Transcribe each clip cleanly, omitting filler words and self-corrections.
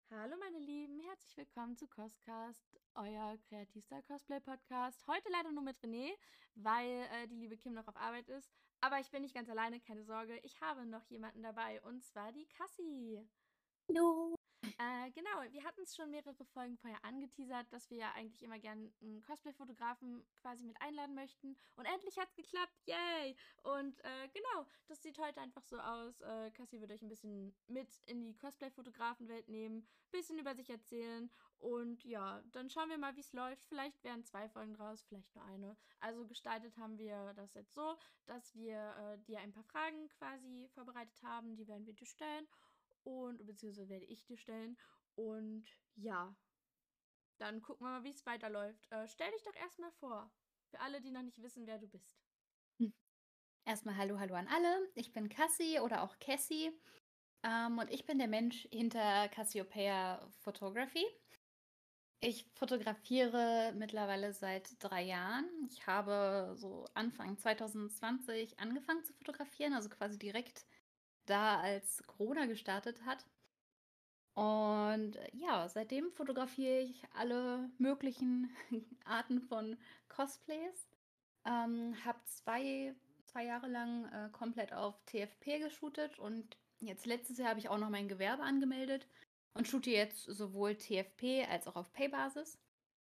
Hallo meine Lieben, herzlich willkommen zu Coscast, euer kreativster Cosplay-Podcast. Heute leider nur mit René, weil die liebe Kim noch auf Arbeit ist. Aber ich bin nicht ganz alleine, keine Sorge. Ich habe noch jemanden dabei und zwar die Cassie. Hallo. Genau, wir hatten es schon mehrere Folgen vorher angeteasert, dass wir ja eigentlich immer gerne einen Cosplay-Fotografen quasi mit einladen möchten. Und endlich hat es geklappt, yay! Und genau, das sieht heute einfach so aus. Cassie wird euch ein bisschen mit in die Cosplay-Fotografen-Welt nehmen, ein bisschen über sich erzählen. Und ja, dann schauen wir mal, wie es läuft. Vielleicht werden 2 Folgen draus, vielleicht nur eine. Also gestaltet haben wir das jetzt so, dass wir dir ein paar Fragen quasi vorbereitet haben. Die werden wir dir stellen und beziehungsweise werde ich dir stellen. Und ja, dann gucken wir mal, wie es weiterläuft. Stell dich doch erstmal vor. Für alle, die noch nicht wissen, wer du bist. Erstmal hallo, hallo an alle. Ich bin Cassie oder auch Cassie. Und ich bin der Mensch hinter Cassiopeia Photography. Ich fotografiere mittlerweile seit 3 Jahren. Ich habe so Anfang 2020 angefangen zu fotografieren, also quasi direkt da, als Corona gestartet hat. Und ja, seitdem fotografiere ich alle möglichen Arten von Cosplays. Habe zwei Jahre lang komplett auf TFP geshootet und jetzt letztes Jahr habe ich auch noch mein Gewerbe angemeldet und shoote jetzt sowohl TFP als auch auf Pay-Basis.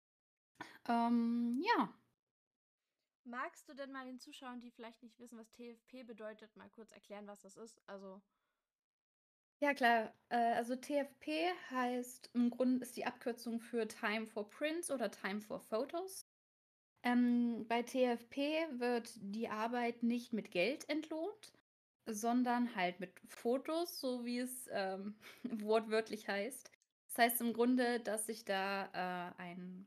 Ja, Magst du denn mal den Zuschauern, die vielleicht nicht wissen, was TFP bedeutet, mal kurz erklären, was das ist? Also, ja klar. Also TFP heißt im Grunde ist die Abkürzung für Time for Prints oder Time for Photos. Bei TFP wird die Arbeit nicht mit Geld entlohnt, sondern halt mit Fotos, so wie es wortwörtlich heißt. Das heißt im Grunde, dass sich da ein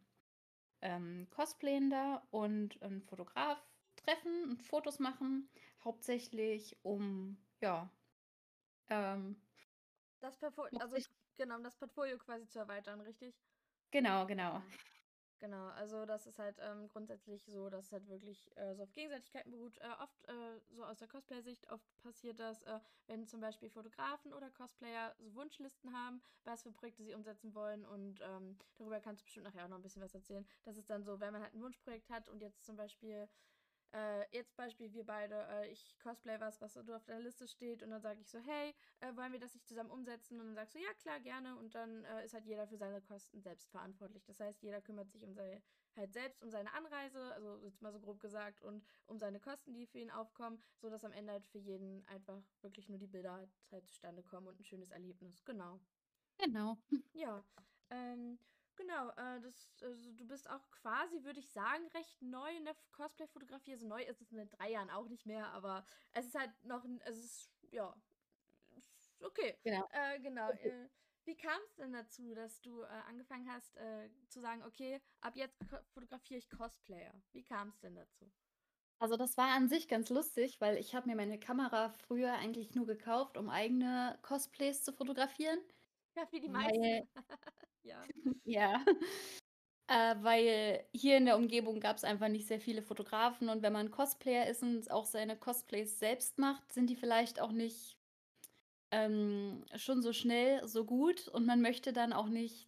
Cosplayender und ein Fotograf treffen und Fotos machen, hauptsächlich ja, ähm, das Portfolio, also hauptsächlich, genau, um das Portfolio quasi zu erweitern, richtig? genau, genau. Ja. Genau, also das ist halt grundsätzlich so, dass es halt wirklich so auf Gegenseitigkeiten beruht. Oft so aus der Cosplay-Sicht, oft passiert das, wenn zum Beispiel Fotografen oder Cosplayer so Wunschlisten haben, was für Projekte sie umsetzen wollen und darüber kannst du bestimmt nachher auch noch ein bisschen was erzählen. Das ist dann so, wenn man halt ein Wunschprojekt hat und jetzt zum Beispiel jetzt Beispiel wir beide, ich cosplay was so auf der Liste steht und dann sage ich so, hey, wollen wir das nicht zusammen umsetzen? Und dann sagst du, ja klar, gerne. Und dann ist halt jeder für seine Kosten selbst verantwortlich. Das heißt, jeder kümmert sich halt selbst um seine Anreise, also jetzt mal so grob gesagt, und um seine Kosten, die für ihn aufkommen, so dass am Ende halt für jeden einfach wirklich nur die Bilder halt zustande kommen und ein schönes Erlebnis. Genau. Genau. Ja, genau, also du bist auch quasi, würde ich sagen, recht neu in der Cosplay-Fotografie. Also neu ist es mit 3 Jahren auch nicht mehr, aber es ist halt noch, es ist, ja, okay. Genau. Genau. Wie kam es denn dazu, dass du angefangen hast zu sagen, okay, ab jetzt fotografiere ich Cosplayer? Wie kam es denn dazu? Also das war an sich ganz lustig, weil ich habe mir meine Kamera früher eigentlich nur gekauft, um eigene Cosplays zu fotografieren. Ja, wie die Weil, meisten. Ja. ja, weil hier in der Umgebung gab es einfach nicht sehr viele Fotografen und wenn man Cosplayer ist und auch seine Cosplays selbst macht, sind die vielleicht auch nicht schon so schnell so gut und man möchte dann auch nicht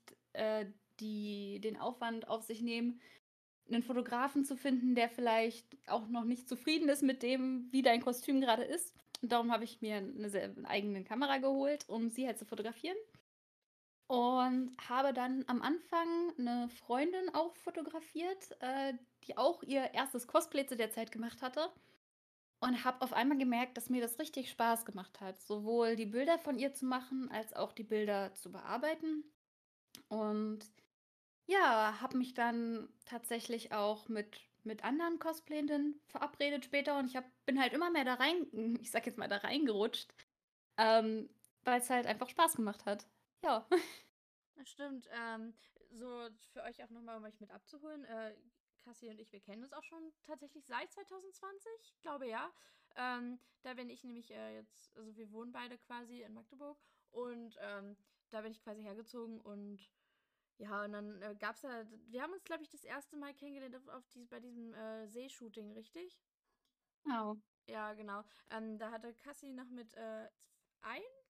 den Aufwand auf sich nehmen, einen Fotografen zu finden, der vielleicht auch noch nicht zufrieden ist mit dem, wie dein Kostüm gerade ist. Und darum habe ich mir eine eigene Kamera geholt, um sie halt zu fotografieren. Und habe dann am Anfang eine Freundin auch fotografiert, die auch ihr erstes Cosplay zu der Zeit gemacht hatte. Und habe auf einmal gemerkt, dass mir das richtig Spaß gemacht hat, sowohl die Bilder von ihr zu machen, als auch die Bilder zu bearbeiten. Und ja, habe mich dann tatsächlich auch mit anderen Cosplayenden verabredet später und bin halt immer mehr da rein, ich sag jetzt mal, da reingerutscht, ähm, weil es halt einfach Spaß gemacht hat. Ja. Das stimmt. So für euch auch nochmal, um euch mit abzuholen. Cassie und ich, wir kennen uns auch schon tatsächlich seit 2020, glaube ja. Da bin ich nämlich jetzt, also wir wohnen beide quasi in Magdeburg und da bin ich quasi hergezogen und ja, und dann gab es da, wir haben uns, glaube ich, das erste Mal kennengelernt bei diesem Seeshooting, richtig? Genau. Ja, genau. Da hatte Cassie noch mit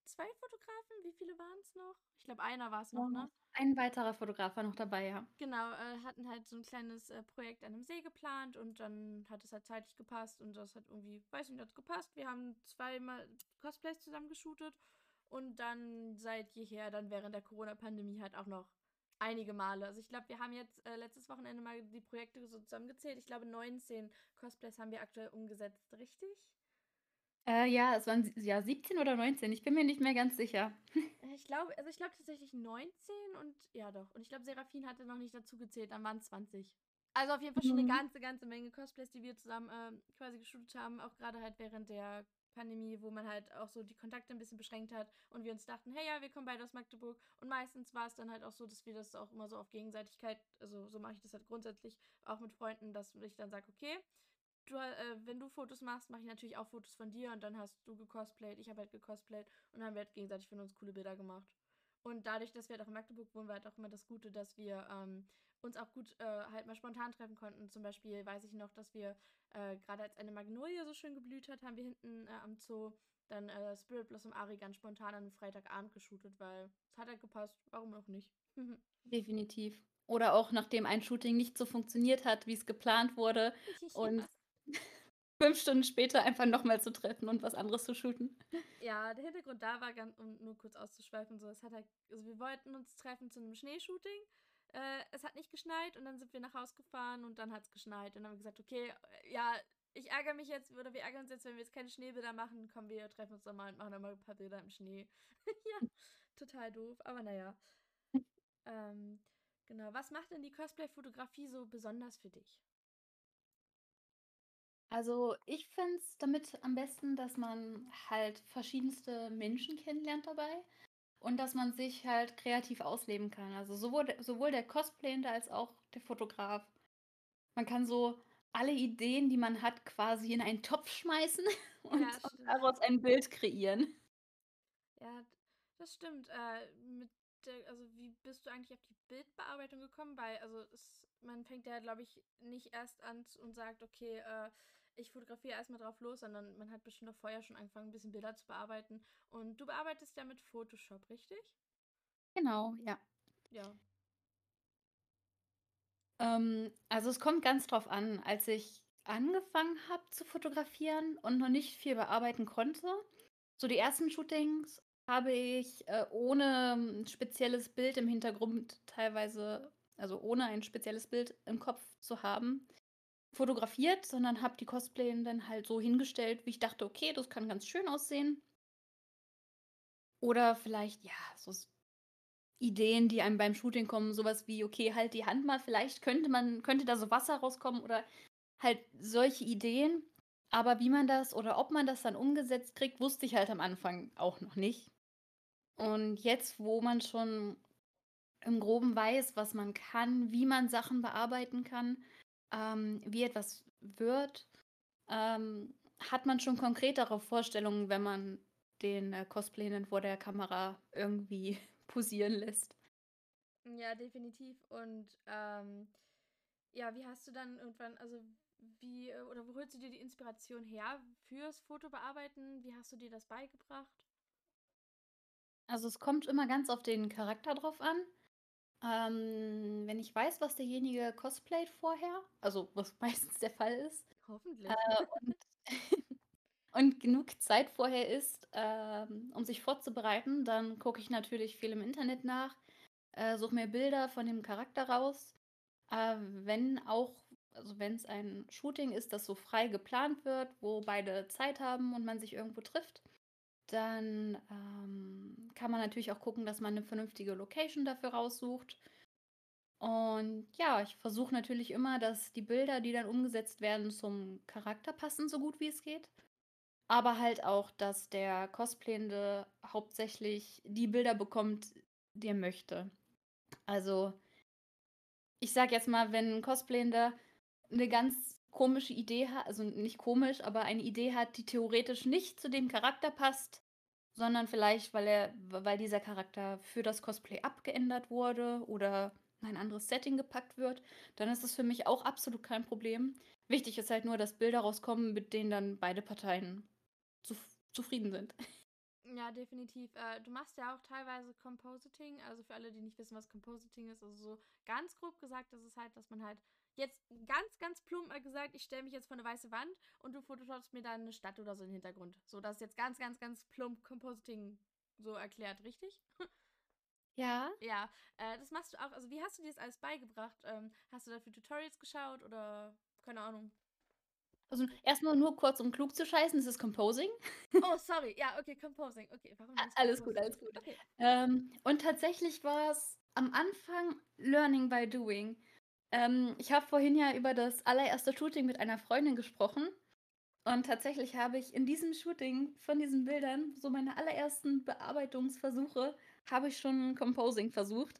2 Fotografen. Wie viele waren es noch? Ich glaube, einer war es noch, Ja. ne? Ein weiterer Fotograf war noch dabei, ja. Genau, hatten halt so ein kleines Projekt an einem See geplant und dann hat es halt zeitlich gepasst und das hat irgendwie, weiß nicht, hat gepasst. Wir haben zweimal Cosplays zusammen geshootet und dann seit jeher, dann während der Corona-Pandemie halt auch noch einige Male. Also ich glaube, wir haben jetzt letztes Wochenende mal die Projekte so zusammengezählt. Ich glaube, 19 Cosplays haben wir aktuell umgesetzt, richtig? Ja, es waren ja 17 oder 19. Ich bin mir nicht mehr ganz sicher. Ich glaube tatsächlich 19 und ja doch. Und ich glaube, Seraphin hatte noch nicht dazu gezählt, dann waren es 20. Also auf jeden Fall schon eine Mhm. ganze Menge Cosplays, die wir zusammen quasi geshootet haben, auch gerade halt während der Pandemie, wo man halt auch so die Kontakte ein bisschen beschränkt hat und wir uns dachten, hey ja, wir kommen beide aus Magdeburg und meistens war es dann halt auch so, dass wir das auch immer so auf Gegenseitigkeit, also so mache ich das halt grundsätzlich auch mit Freunden, dass ich dann sage, okay, wenn du Fotos machst, mache ich natürlich auch Fotos von dir und dann hast du gecosplayt, ich habe halt gecosplayt und dann haben wir halt gegenseitig von uns coole Bilder gemacht. Und dadurch, dass wir halt auch in Magdeburg wohnen, war halt auch immer das Gute, dass wir uns auch gut halt mal spontan treffen konnten. Zum Beispiel weiß ich noch, dass wir gerade als eine Magnolie so schön geblüht hat, haben wir hinten am Zoo dann Spirit Blossom Ari ganz spontan an einem Freitagabend geshootet, weil es hat halt gepasst. Warum auch nicht? Definitiv. Oder auch nachdem ein Shooting nicht so funktioniert hat, wie es geplant wurde und Ja. 5 Stunden später einfach noch mal zu treffen und was anderes zu shooten. Ja, der Hintergrund da war ganz, um nur kurz auszuschweifen, so, es hat halt, also wir wollten uns treffen zu einem Schneeshooting. Es hat nicht geschneit und dann sind wir nach Hause gefahren und dann hat es geschneit. Und dann haben wir gesagt, okay, ja, ich ärgere mich jetzt, oder wir ärgern uns jetzt, wenn wir jetzt keine Schneebilder machen, kommen wir treffen uns nochmal und machen dann mal ein paar Bilder im Schnee. Ja, total doof, aber naja. Ähm, genau, was macht denn die Cosplay-Fotografie so besonders für dich? Also, ich finde es damit am besten, dass man halt verschiedenste Menschen kennenlernt dabei und dass man sich halt kreativ ausleben kann. Also, sowohl der Cosplayende als auch der Fotograf. Man kann so alle Ideen, die man hat, quasi in einen Topf schmeißen Ja, und stimmt. daraus ein Bild kreieren. Ja, das stimmt. Also wie bist du eigentlich auf die Bildbearbeitung gekommen? Weil, also man fängt ja, glaube ich, nicht erst an und sagt, okay, ich fotografiere erstmal drauf los, sondern man hat bestimmt auch vorher schon angefangen, ein bisschen Bilder zu bearbeiten. Und du bearbeitest ja mit Photoshop, richtig? Genau, ja. Ja. Also, es kommt ganz drauf an. Als ich angefangen habe zu fotografieren und noch nicht viel bearbeiten konnte, so die ersten Shootings habe ich, ohne 'n spezielles Bild im Hintergrund teilweise, also, ohne ein spezielles Bild im Kopf zu haben, fotografiert, sondern habe die Cosplayenden halt so hingestellt, wie ich dachte: „Okay, das kann ganz schön aussehen.“ Oder vielleicht, ja, so Ideen, die einem beim Shooting kommen, sowas wie: „Okay, halt die Hand mal, vielleicht könnte da so Wasser rauskommen“, oder halt solche Ideen. Aber wie man das oder ob man das dann umgesetzt kriegt, wusste ich halt am Anfang auch noch nicht. Und jetzt, wo man schon im Groben weiß, was man kann, wie man Sachen bearbeiten kann, wie etwas wird, hat man schon konkretere Vorstellungen, wenn man den, Cosplayenden vor der Kamera irgendwie posieren lässt. Ja, definitiv. Und ja, wie hast du dann irgendwann, also wie, oder wo holst du dir die Inspiration her fürs Fotobearbeiten? Wie hast du dir das beigebracht? Also, es kommt immer ganz auf den Charakter drauf an. Wenn ich weiß, was derjenige cosplayt vorher, also was meistens der Fall ist, Hoffentlich. und und genug Zeit vorher ist, um sich vorzubereiten, dann gucke ich natürlich viel im Internet nach, suche mir Bilder von dem Charakter raus. Wenn auch, also wenn es ein Shooting ist, das so frei geplant wird, wo beide Zeit haben und man sich irgendwo trifft, dann, kann man natürlich auch gucken, dass man eine vernünftige Location dafür raussucht. Und ja, ich versuche natürlich immer, dass die Bilder, die dann umgesetzt werden, zum Charakter passen, so gut wie es geht. Aber halt auch, dass der Cosplayende hauptsächlich die Bilder bekommt, die er möchte. Also, ich sage jetzt mal, wenn 'n Cosplayender eine ganz komische Idee hat, also nicht komisch, aber eine Idee hat, die theoretisch nicht zu dem Charakter passt, sondern vielleicht, weil dieser Charakter für das Cosplay abgeändert wurde oder in ein anderes Setting gepackt wird, dann ist das für mich auch absolut kein Problem. Wichtig ist halt nur, dass Bilder rauskommen, mit denen dann beide Parteien zufrieden sind. Ja, definitiv. Du machst ja auch teilweise Compositing. Also für alle, die nicht wissen, was Compositing ist, also so ganz grob gesagt, das ist halt, dass man halt jetzt ganz, ganz plump mal gesagt, ich stelle mich jetzt vor eine weiße Wand und du photoshopst mir dann eine Stadt oder so im Hintergrund. So, das ist jetzt ganz, ganz, ganz plump Compositing so erklärt, richtig? Ja. Ja, das machst du auch. Also wie hast du dir das alles beigebracht? Hast du dafür Tutorials geschaut oder keine Ahnung? Also erstmal nur kurz, um klug zu scheißen, das ist Composing. Oh, sorry. Ja, okay, Composing. Okay, warum nenne ich Alles gut, alles Compositing? gut. Okay. Und tatsächlich war es am Anfang Learning by Doing. Ich habe vorhin ja über das allererste Shooting mit einer Freundin gesprochen. Und tatsächlich habe ich in diesem Shooting von diesen Bildern, so meine allerersten Bearbeitungsversuche, habe ich schon Composing versucht.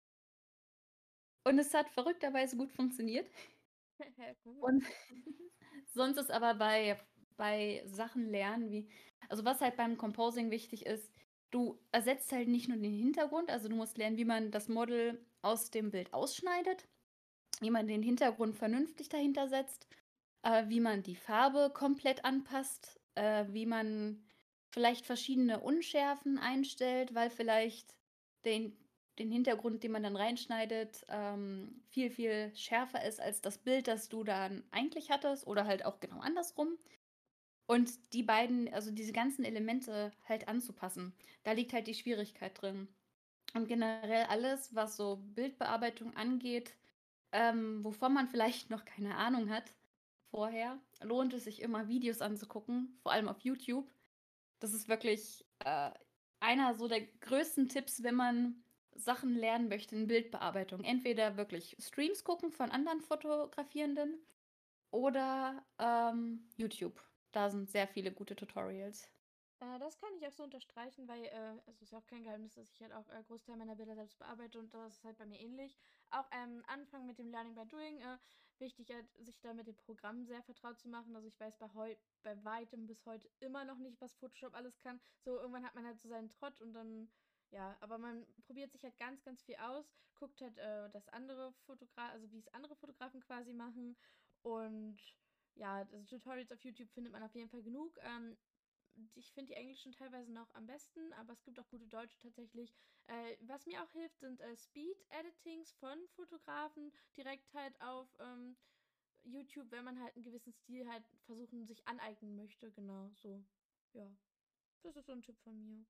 Und es hat verrückterweise gut funktioniert. Gut. Und sonst ist aber bei Sachen lernen, wie, also was halt beim Composing wichtig ist, du ersetzt halt nicht nur den Hintergrund, also du musst lernen, wie man das Model aus dem Bild ausschneidet, wie man den Hintergrund vernünftig dahinter setzt, wie man die Farbe komplett anpasst, wie man vielleicht verschiedene Unschärfen einstellt, weil vielleicht den, den Hintergrund, den man dann reinschneidet, viel, viel schärfer ist als das Bild, das du dann eigentlich hattest oder halt auch genau andersrum. Und die beiden, also diese ganzen Elemente halt anzupassen. Da liegt halt die Schwierigkeit drin. Und generell alles, was so Bildbearbeitung angeht, wovon man vielleicht noch keine Ahnung hat vorher, lohnt es sich immer, Videos anzugucken, vor allem auf YouTube. Das ist wirklich einer so der größten Tipps, wenn man Sachen lernen möchte in Bildbearbeitung. Entweder wirklich Streams gucken von anderen Fotografierenden oder YouTube. Da sind sehr viele gute Tutorials. Das kann ich auch so unterstreichen, weil es ist ja auch kein Geheimnis, dass ich halt auch Großteil meiner Bilder selbst bearbeite und das ist halt bei mir ähnlich. Auch Anfang mit dem Learning by Doing, wichtig halt, sich da mit dem Programm sehr vertraut zu machen. Also ich weiß bei weitem bis heute immer noch nicht, was Photoshop alles kann. So irgendwann hat man halt so seinen Trott und dann, ja, aber man probiert sich halt ganz, ganz viel aus, guckt halt, also wie es andere Fotografen quasi machen und ja, also Tutorials auf YouTube findet man auf jeden Fall genug. Ich finde die englischen teilweise noch am besten, aber es gibt auch gute deutsche tatsächlich. Was mir auch hilft, sind Speed-Editings von Fotografen direkt halt auf YouTube, wenn man halt einen gewissen Stil halt versuchen sich aneignen möchte. Genau, so. Ja, das ist so ein Tipp von mir.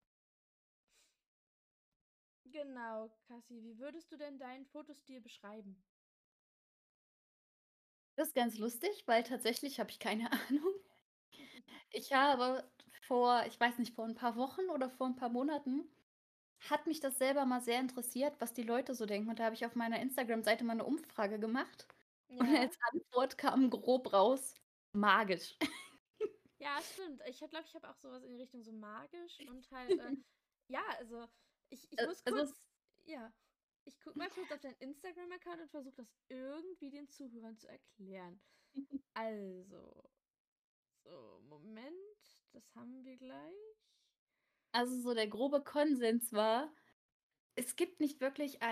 Genau, Cassie, wie würdest du denn deinen Fotostil beschreiben? Das ist ganz lustig, weil tatsächlich habe ich keine Ahnung. Ich habe ich weiß nicht, vor ein paar Wochen oder vor ein paar Monaten, hat mich das selber mal sehr interessiert, was die Leute so denken. Und da habe ich auf meiner Instagram-Seite mal eine Umfrage gemacht. Und Ja, als Antwort kam grob raus, magisch. ja, stimmt. Ich habe auch sowas in die Richtung so magisch und halt, ja, also ich muss Also kurz, es ja, ich guck mal kurz auf deinen Instagram-Account und versuche das irgendwie den Zuhörern zu erklären. Also, so, Moment, das haben wir gleich. also so der grobe Konsens war, es gibt nicht wirklich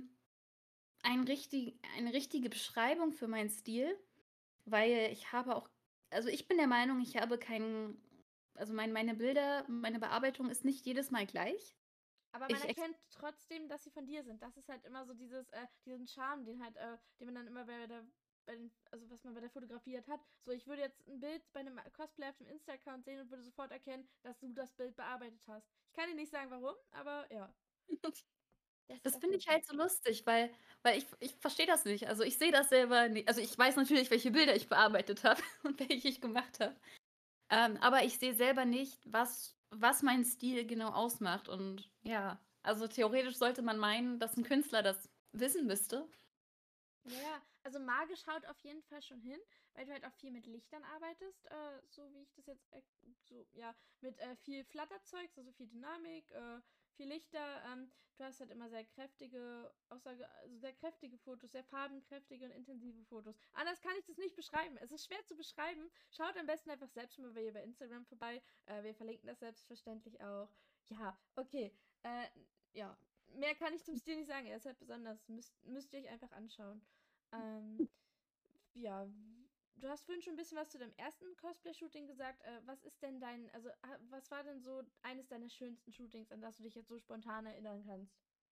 eine richtige Beschreibung für meinen Stil, weil ich habe auch, also ich bin der Meinung, ich habe keinen, also meine Bilder, meine Bearbeitung ist nicht jedes Mal gleich. Aber man Ich ex erkennt trotzdem, dass sie von dir sind. Das ist halt immer so diesen Charme, den man dann immer also was man bei der Fotografie halt hat. So, ich würde jetzt ein Bild bei einem Cosplay auf dem Insta-Account sehen und würde sofort erkennen, dass du das Bild bearbeitet hast. Ich kann dir nicht sagen, warum, aber ja, das ist Das auf finde jeden ich Fall. halt so lustig, weil ich verstehe das nicht. Also ich sehe das selber nicht. Also ich weiß natürlich, welche Bilder ich bearbeitet habe und welche ich gemacht habe. Aber ich sehe selber nicht, was mein Stil genau ausmacht. Und ja, also theoretisch sollte man meinen, dass ein Künstler das wissen müsste. Ja, ja, also magisch haut auf jeden Fall schon hin, weil du halt auch viel mit Lichtern arbeitest, so wie ich das jetzt, so, ja, mit viel Flatterzeugs, also viel Dynamik, viel Lichter. Du hast halt immer sehr kräftige, also sehr kräftige Fotos, sehr farbenkräftige und intensive Fotos. Anders kann ich das nicht beschreiben. Es ist schwer zu beschreiben. Schaut am besten einfach selbst mal bei Instagram vorbei. Wir verlinken das selbstverständlich auch. Ja, okay. Ja, mehr kann ich zum Stil nicht sagen. Er ist halt besonders. Müsst ihr euch einfach anschauen. Ähm, ja. du hast vorhin schon ein bisschen was zu deinem ersten Cosplay-Shooting gesagt. Was ist denn was war denn so eines deiner schönsten Shootings, an das du dich jetzt so spontan erinnern kannst?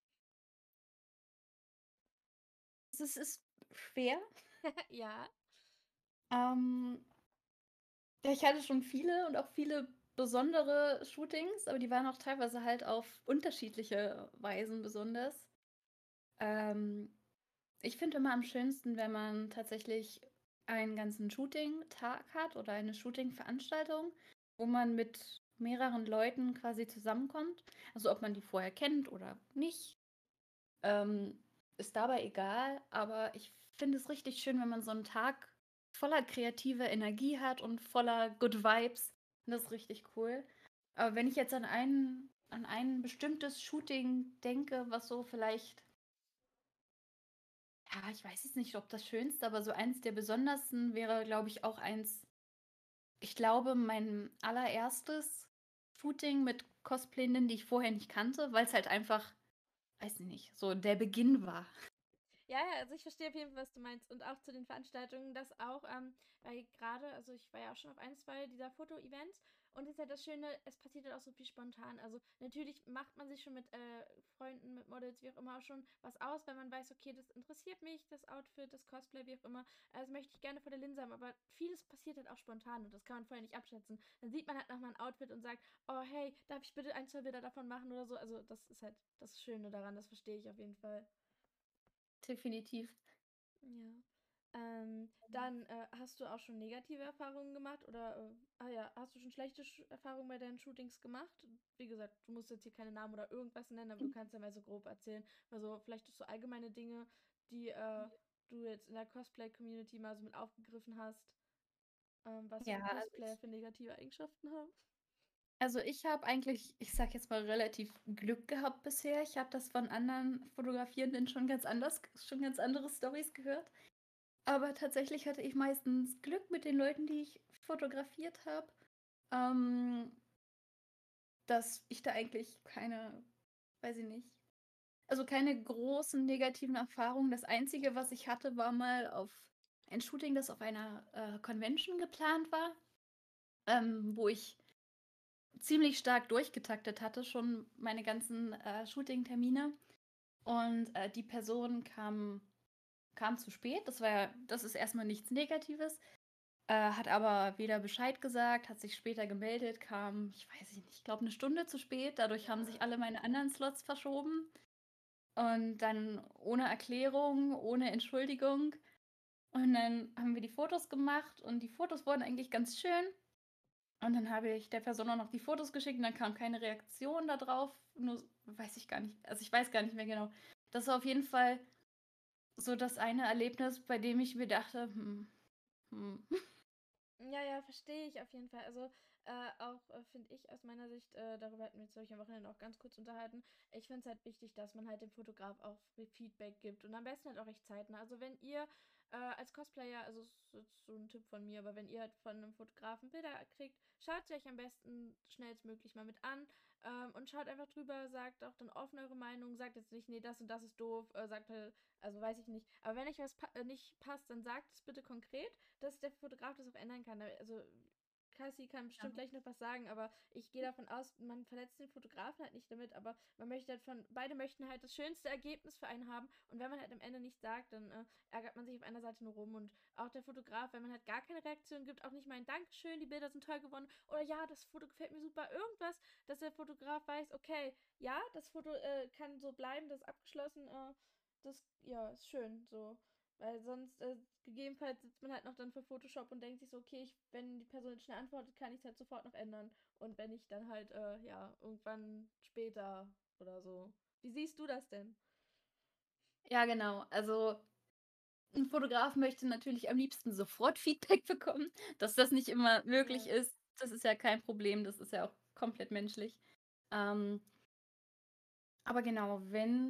Es ist schwer. Ja. Ähm, ja, ich hatte schon viele und auch viele besondere Shootings, aber die waren auch teilweise halt auf unterschiedliche Weisen besonders. Ähm, Ich finde immer am schönsten, wenn man tatsächlich einen ganzen Shooting-Tag hat oder eine Shooting-Veranstaltung, wo man mit mehreren Leuten quasi zusammenkommt. Also ob man die vorher kennt oder nicht, ähm, ist dabei egal. Aber ich finde es richtig schön, wenn man so einen Tag voller kreativer Energie hat und voller Good Vibes. Das ist richtig cool. Aber wenn ich jetzt an ein bestimmtes Shooting denke, was so vielleicht, ja, ich weiß jetzt nicht, ob das Schönste, aber so eins der besondersten wäre, glaube ich, auch eins, ich glaube, mein allererstes Shooting mit Cosplayenden, die ich vorher nicht kannte, weil es halt einfach, weiß ich nicht, so der Beginn war. Ja, ja, also ich verstehe auf jeden Fall, was du meinst. Und auch zu den Veranstaltungen, das auch, weil gerade, also ich war ja auch schon auf ein, zwei dieser Foto-Events und es ist ja das Schöne, es passiert halt auch so viel spontan. Also natürlich macht man sich schon mit Freunden, mit Models, wie auch immer, auch schon was aus, wenn man weiß, okay, das interessiert mich, das Outfit, das Cosplay, wie auch immer. Also möchte ich gerne vor der Linse haben, aber vieles passiert halt auch spontan und das kann man vorher nicht abschätzen. Dann sieht man halt nochmal ein Outfit und sagt, oh hey, darf ich bitte ein, zwei Bilder davon machen oder so. Also das ist halt das Schöne daran, das verstehe ich auf jeden Fall. Definitiv. Ja. Dann hast du auch schon negative Erfahrungen gemacht oder, ja, hast du schon schlechte Erfahrungen bei deinen Shootings gemacht? Wie gesagt, du musst jetzt hier keine Namen oder irgendwas nennen, aber du kannst ja mal so grob erzählen. Also vielleicht so allgemeine Dinge, die du jetzt in der Cosplay-Community mal so mit aufgegriffen hast, was Ja, so Cosplayer für negative Eigenschaften haben. also ich habe eigentlich, ich sag jetzt mal, relativ Glück gehabt bisher. Ich habe das von anderen Fotografierenden schon ganz andere Stories gehört. Aber tatsächlich hatte ich meistens Glück mit den Leuten, die ich fotografiert habe, ähm, dass ich da eigentlich keine, weiß ich nicht, also keine großen negativen Erfahrungen. Das Einzige, was ich hatte, war mal auf ein Shooting, das auf einer Convention geplant war, wo ich ziemlich stark durchgetaktet hatte, schon meine ganzen Shooting-Termine. Und die Person kam zu spät. Das ist erstmal nichts Negatives. Hat aber weder Bescheid gesagt, hat sich später gemeldet, kam, ich weiß nicht, ich glaube eine Stunde zu spät. Dadurch haben sich alle meine anderen Slots verschoben. Und dann ohne Erklärung, ohne Entschuldigung. Und dann haben wir die Fotos gemacht und die Fotos wurden eigentlich ganz schön. Und dann habe ich der Person auch noch die Fotos geschickt und dann kam keine Reaktion darauf. Nur weiß ich gar nicht, also ich weiß gar nicht mehr genau. Das war auf jeden Fall so das eine Erlebnis, bei dem ich mir dachte, hm. Ja, ja, verstehe ich auf jeden Fall. Also auch finde ich aus meiner Sicht, darüber hatten wir uns, glaube ich, am Wochenende auch ganz kurz unterhalten. Ich finde es halt wichtig, dass man halt dem Fotograf auch Feedback gibt und am besten halt auch recht zeitnah. Also wenn ihr als Cosplayer, also ist jetzt so ein Tipp von mir, aber wenn ihr halt von einem Fotografen Bilder kriegt, schaut sie euch am besten schnellstmöglich mal mit an und schaut einfach drüber, sagt auch dann offen eure Meinung, sagt jetzt nicht, nee, das und das ist doof, sagt halt, also weiß ich nicht. Aber wenn euch was nicht passt, dann sagt es bitte konkret, dass der Fotograf das auch ändern kann. Also Cassie kann bestimmt gleich noch was sagen, aber ich gehe davon aus, man verletzt den Fotografen halt nicht damit, aber man möchte halt beide möchten halt das schönste Ergebnis für einen haben und wenn man halt am Ende nichts sagt, dann ärgert man sich auf einer Seite nur rum und auch der Fotograf, wenn man halt gar keine Reaktion gibt, auch nicht mal ein Dankeschön, die Bilder sind toll geworden oder ja, das Foto gefällt mir super, irgendwas, dass der Fotograf weiß, okay, ja, das Foto kann so bleiben, das ist abgeschlossen, das, ja, ist schön, so. Weil sonst, gegebenenfalls sitzt man halt noch dann für Photoshop und denkt sich so, okay, wenn die Person jetzt schnell antwortet, kann ich es halt sofort noch ändern. Und wenn nicht, dann halt, ja, irgendwann später oder so. Wie siehst du das denn? Ja, genau. Also ein Fotograf möchte natürlich am liebsten sofort Feedback bekommen. Dass das nicht immer möglich Ja. ist, das ist ja kein Problem. Das ist ja auch komplett menschlich. Ähm, aber genau,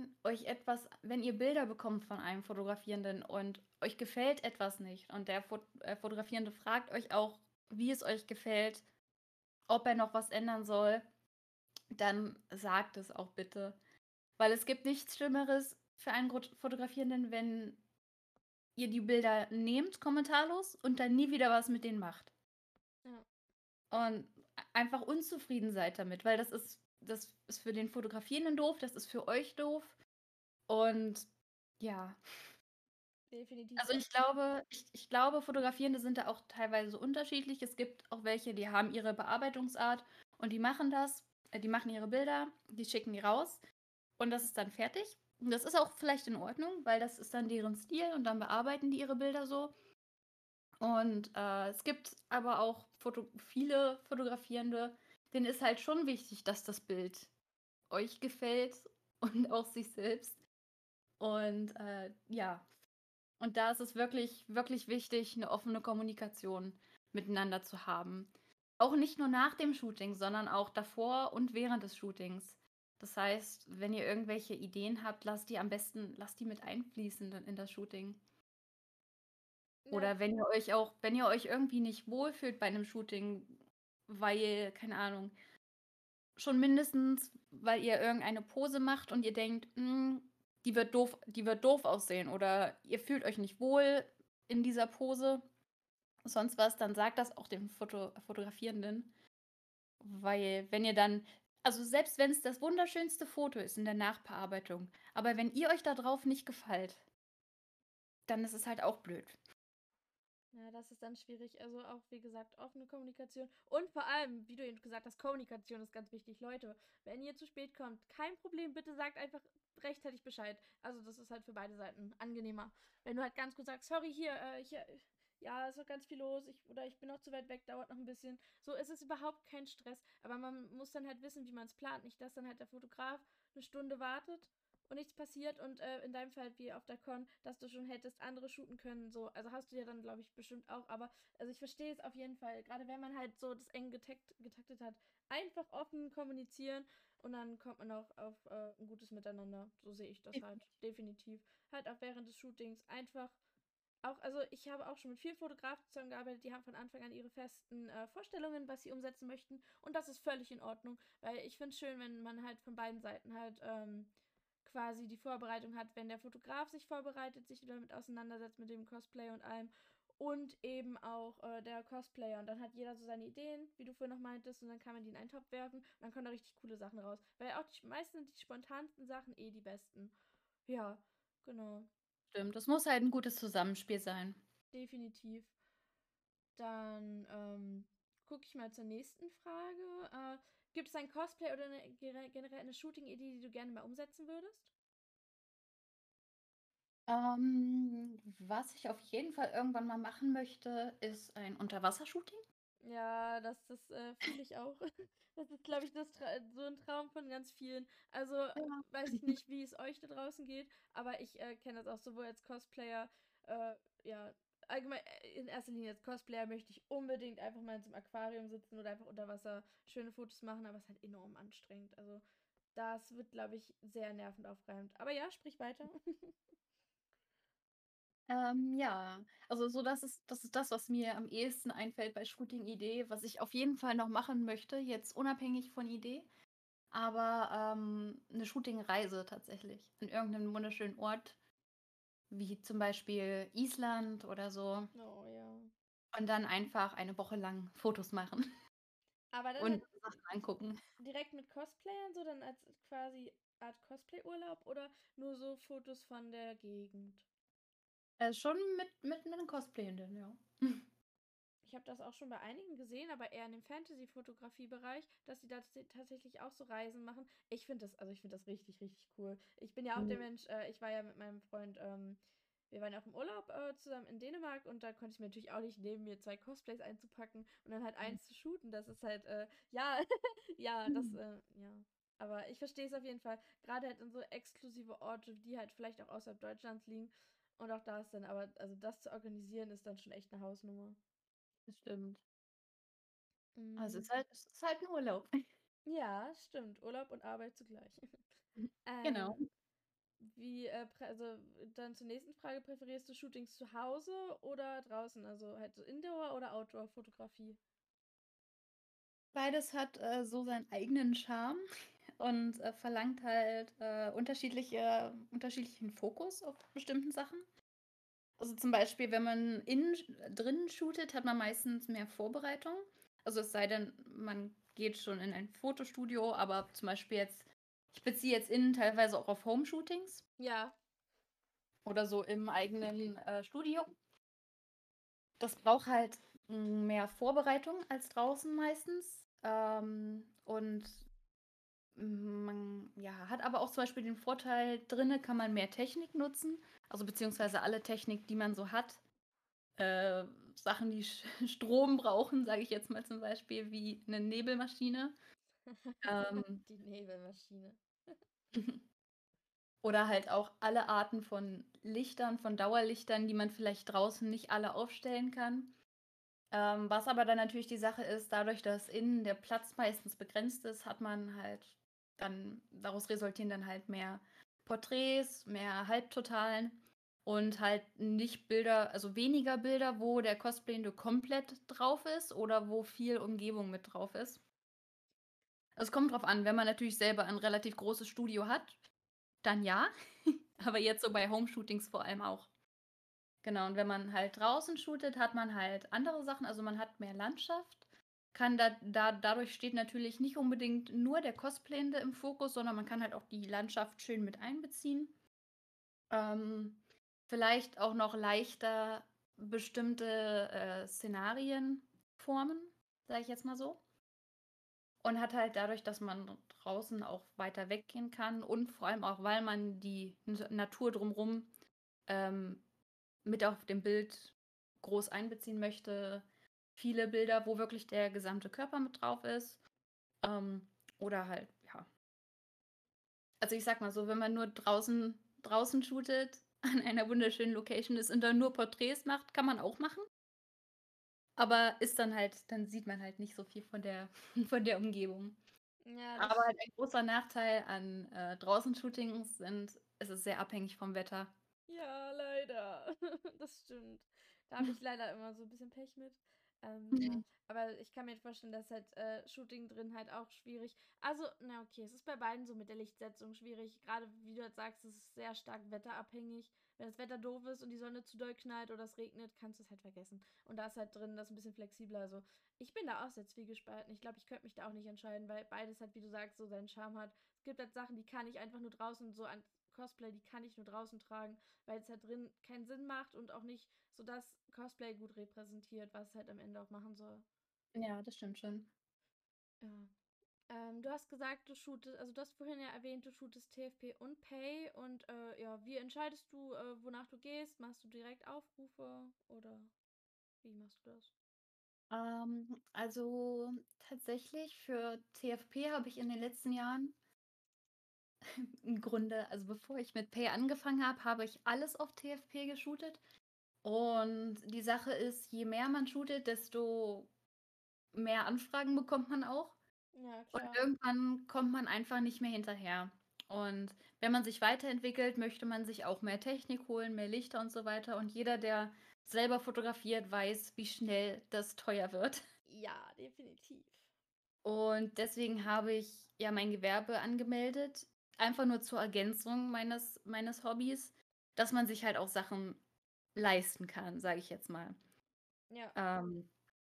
wenn ihr Bilder bekommt von einem Fotografierenden und euch gefällt etwas nicht und der Fotografierende fragt euch auch, wie es euch gefällt, ob er noch was ändern soll, dann sagt es auch bitte. Weil es gibt nichts Schlimmeres für einen Fotografierenden, wenn ihr die Bilder nehmt, kommentarlos, und dann nie wieder was mit denen macht. Ja. Und einfach unzufrieden seid damit, weil das ist für den Fotografierenden doof, das ist für euch doof. Und ja, Definitiv. also Und ich glaube, Fotografierende sind da auch teilweise unterschiedlich. Es gibt auch welche, die haben ihre Bearbeitungsart und die machen das, die machen ihre Bilder, die schicken die raus und das ist dann fertig. Und das ist auch vielleicht in Ordnung, weil das ist dann deren Stil und dann bearbeiten die ihre Bilder so. Und es gibt aber auch viele Fotografierende, denen ist halt schon wichtig, dass das Bild euch gefällt und auch sich selbst. Und ja, und da ist es wirklich, wirklich wichtig, eine offene Kommunikation miteinander zu haben. Auch nicht nur nach dem Shooting, sondern auch davor und während des Shootings. Das heißt, wenn ihr irgendwelche Ideen habt, lasst die mit einfließen in das Shooting. ja, Oder wenn ihr euch irgendwie nicht wohlfühlt bei einem Shooting, weil, keine Ahnung, schon mindestens, weil ihr irgendeine Pose macht und ihr denkt, die wird doof aussehen oder ihr fühlt euch nicht wohl in dieser Pose, sonst was, dann sagt das auch dem Fotografierenden. Weil wenn ihr dann, also selbst wenn es das wunderschönste Foto ist in der Nachbearbeitung, aber wenn ihr euch da drauf nicht gefällt, dann ist es halt auch blöd. ja, das ist dann schwierig. Also auch, wie gesagt, offene Kommunikation. Und vor allem, wie du eben gesagt hast, Kommunikation ist ganz wichtig. Leute, wenn ihr zu spät kommt, kein Problem, bitte sagt einfach rechtzeitig Bescheid. Also das ist halt für beide Seiten angenehmer. Wenn du halt ganz gut sagst, sorry, hier, ja, ist noch ganz viel los, oder ich bin noch zu weit weg, dauert noch ein bisschen. So ist es überhaupt kein Stress. Aber man muss dann halt wissen, wie man es plant. Nicht, dass dann halt der Fotograf eine Stunde wartet und nichts passiert und in deinem Fall wie auf der Con, dass du schon hättest andere shooten können, so, also hast du ja dann, glaube ich, bestimmt auch, aber also ich verstehe es auf jeden Fall, gerade wenn man halt so das eng getaktet hat, einfach offen kommunizieren und dann kommt man auch auf ein gutes Miteinander, so sehe ich das halt, definitiv. Halt auch während des Shootings einfach auch, also ich habe auch schon mit vielen Fotografen zusammengearbeitet, die haben von Anfang an ihre festen Vorstellungen, was sie umsetzen möchten. Und das ist völlig in Ordnung, weil ich finde es schön, wenn man halt von beiden Seiten halt quasi die Vorbereitung hat, wenn der Fotograf sich vorbereitet, sich damit auseinandersetzt mit dem Cosplay und allem. Und eben auch der Cosplayer. Und dann hat jeder so seine Ideen, wie du vorhin noch meintest, und dann kann man die in einen Topf werfen und dann kommen da richtig coole Sachen raus. Weil auch meistens sind die spontansten Sachen eh die besten. Ja, genau. Stimmt, es muss halt ein gutes Zusammenspiel sein. Definitiv. Dann gucke ich mal zur nächsten Frage. Gibt es ein Cosplay oder generell eine Shooting-Idee, die du gerne mal umsetzen würdest? Was ich auf jeden Fall irgendwann mal machen möchte, ist ein Unterwassershooting. Ja, das fühle ich auch. Das ist, glaube ich, so ein Traum von ganz vielen. Also Ja. weiß ich nicht, wie es euch da draußen geht, aber ich kenne das auch sowohl als Cosplayer, äh, ja, allgemein in erster Linie als Cosplayer möchte ich unbedingt einfach mal in so einem Aquarium sitzen oder einfach unter Wasser schöne Fotos machen, aber es ist halt enorm anstrengend. Also das wird, glaube ich, sehr nervend aufreibend. Aber ja, sprich weiter. Ja, also so das ist das, was mir am ehesten einfällt bei Shooting-Idee, was ich auf jeden Fall noch machen möchte, jetzt unabhängig von Idee, aber eine Shooting-Reise tatsächlich an irgendeinem wunderschönen Ort, wie zum Beispiel Island oder so, Oh ja. und dann einfach eine Woche lang Fotos machen Aber dann halt und Sachen angucken. direkt mit Cosplayern, so dann als quasi Art Cosplay-Urlaub oder nur so Fotos von der Gegend? Schon mit einem Cosplayenden, ja. Ich habe das auch schon bei einigen gesehen, aber eher in dem Fantasy-Fotografie-Bereich, dass sie da tatsächlich auch so Reisen machen. Also ich finde das richtig, richtig cool. Ich bin ja auch der Mhm. Mensch, ich war ja mit meinem Freund, wir waren ja auch im Urlaub zusammen in Dänemark und da konnte ich mir natürlich auch nicht neben mir zwei Cosplays einzupacken und dann halt eins zu shooten. Das ist halt, ja, ja, ja. Aber ich verstehe es auf jeden Fall. Gerade halt in so exklusive Orte, die halt vielleicht auch außerhalb Deutschlands liegen. Und auch da ist dann, aber, also das zu organisieren, ist dann schon echt eine Hausnummer. Das stimmt. Also Mm, es ist halt ein Urlaub. ja, stimmt. Urlaub und Arbeit zugleich. Genau. ähm, also dann zur nächsten Frage, präferierst du Shootings zu Hause oder draußen? Also halt so Indoor- oder Outdoor-Fotografie? Beides hat so seinen eigenen Charme und verlangt halt unterschiedlichen Fokus auf bestimmten Sachen. Also zum Beispiel, wenn man drinnen shootet, hat man meistens mehr Vorbereitung. Also es sei denn, man geht schon in ein Fotostudio, aber zum Beispiel jetzt, ich beziehe jetzt innen teilweise auch auf Home-Shootings Ja. oder so im eigenen Studio. Das braucht halt mehr Vorbereitung als draußen meistens. Und man ja, hat aber auch zum Beispiel den Vorteil, drinnen kann man mehr Technik nutzen, also beziehungsweise alle Technik, die man so hat. Äh, Sachen, die Strom brauchen, sage ich jetzt mal zum Beispiel, wie eine Nebelmaschine. Ähm, Die Nebelmaschine. oder halt auch alle Arten von Lichtern, von Dauerlichtern, die man vielleicht draußen nicht alle aufstellen kann. Was aber dann natürlich die Sache ist, dadurch, dass innen der Platz meistens begrenzt ist, hat man halt dann, daraus resultieren dann halt mehr Porträts, mehr Halbtotalen und halt nicht Bilder, also weniger Bilder, wo der Cosplayende komplett drauf ist oder wo viel Umgebung mit drauf ist. Also es kommt drauf an, wenn man natürlich selber ein relativ großes Studio hat, dann ja. Aber jetzt so bei Home-Shootings vor allem auch. Genau, und wenn man halt draußen shootet, hat man halt andere Sachen, also man hat mehr Landschaft. Dadurch steht natürlich nicht unbedingt nur der Cosplayende im Fokus, sondern man kann halt auch die Landschaft schön mit einbeziehen. Ähm, vielleicht auch noch leichter bestimmte Szenarien formen, sage ich jetzt mal so. Und hat halt dadurch, dass man draußen auch weiter weggehen kann und vor allem auch, weil man die Natur drumherum ähm, mit auf dem Bild groß einbeziehen möchte. Viele Bilder, wo wirklich der gesamte Körper mit drauf ist. Oder halt, ja. Also ich sag mal so, wenn man nur draußen shootet, an einer wunderschönen Location ist und dann nur Porträts macht, kann man auch machen. Aber ist dann halt, dann sieht man halt nicht so viel von der, von der Umgebung. Ja, Aber das. halt ein großer Nachteil an Draußen-Shootings es ist sehr abhängig vom Wetter. Ja, leider. Das stimmt. Da habe ich leider immer so ein bisschen Pech mit. Ja, aber ich kann mir vorstellen, dass halt Shooting drin halt auch schwierig. Also, na okay, es ist bei beiden so mit der Lichtsetzung schwierig. Gerade wie du jetzt sagst, es ist sehr stark wetterabhängig. Wenn das Wetter doof ist und die Sonne zu doll knallt oder es regnet, kannst du es halt vergessen. Und da ist halt drin das ein bisschen flexibler. Also, ich bin da auch sehr zwiegespalten. Ich glaube, ich könnte mich da auch nicht entscheiden, weil beides halt, wie du sagst, so seinen Charme hat. Es gibt halt Sachen, die kann ich einfach nur draußen so an Cosplay, die kann ich nur draußen tragen, weil es halt drin keinen Sinn macht und auch nicht so das Cosplay gut repräsentiert, was es halt am Ende auch machen soll. Ja, das stimmt schon. Ja. Du hast gesagt, du shootest, also du hast vorhin ja erwähnt, du shootest TFP und Pay und ja, wie entscheidest du, wonach du gehst? Machst du direkt Aufrufe oder wie machst du das? Also tatsächlich für TFP habe ich in den letzten Jahren im Grunde, also bevor ich mit Pay angefangen habe, habe ich alles auf TFP geshootet. Und die Sache ist, je mehr man shootet, desto mehr Anfragen bekommt man auch. Ja, Und klar. irgendwann kommt man einfach nicht mehr hinterher. Und wenn man sich weiterentwickelt, möchte man sich auch mehr Technik holen, mehr Lichter und so weiter. Und jeder, der selber fotografiert, weiß, wie schnell das teuer wird. Ja, definitiv. Und deswegen habe ich ja mein Gewerbe angemeldet, einfach nur zur Ergänzung meines Hobbys, dass man sich halt auch Sachen leisten kann, sage ich jetzt mal. Ja. Ähm,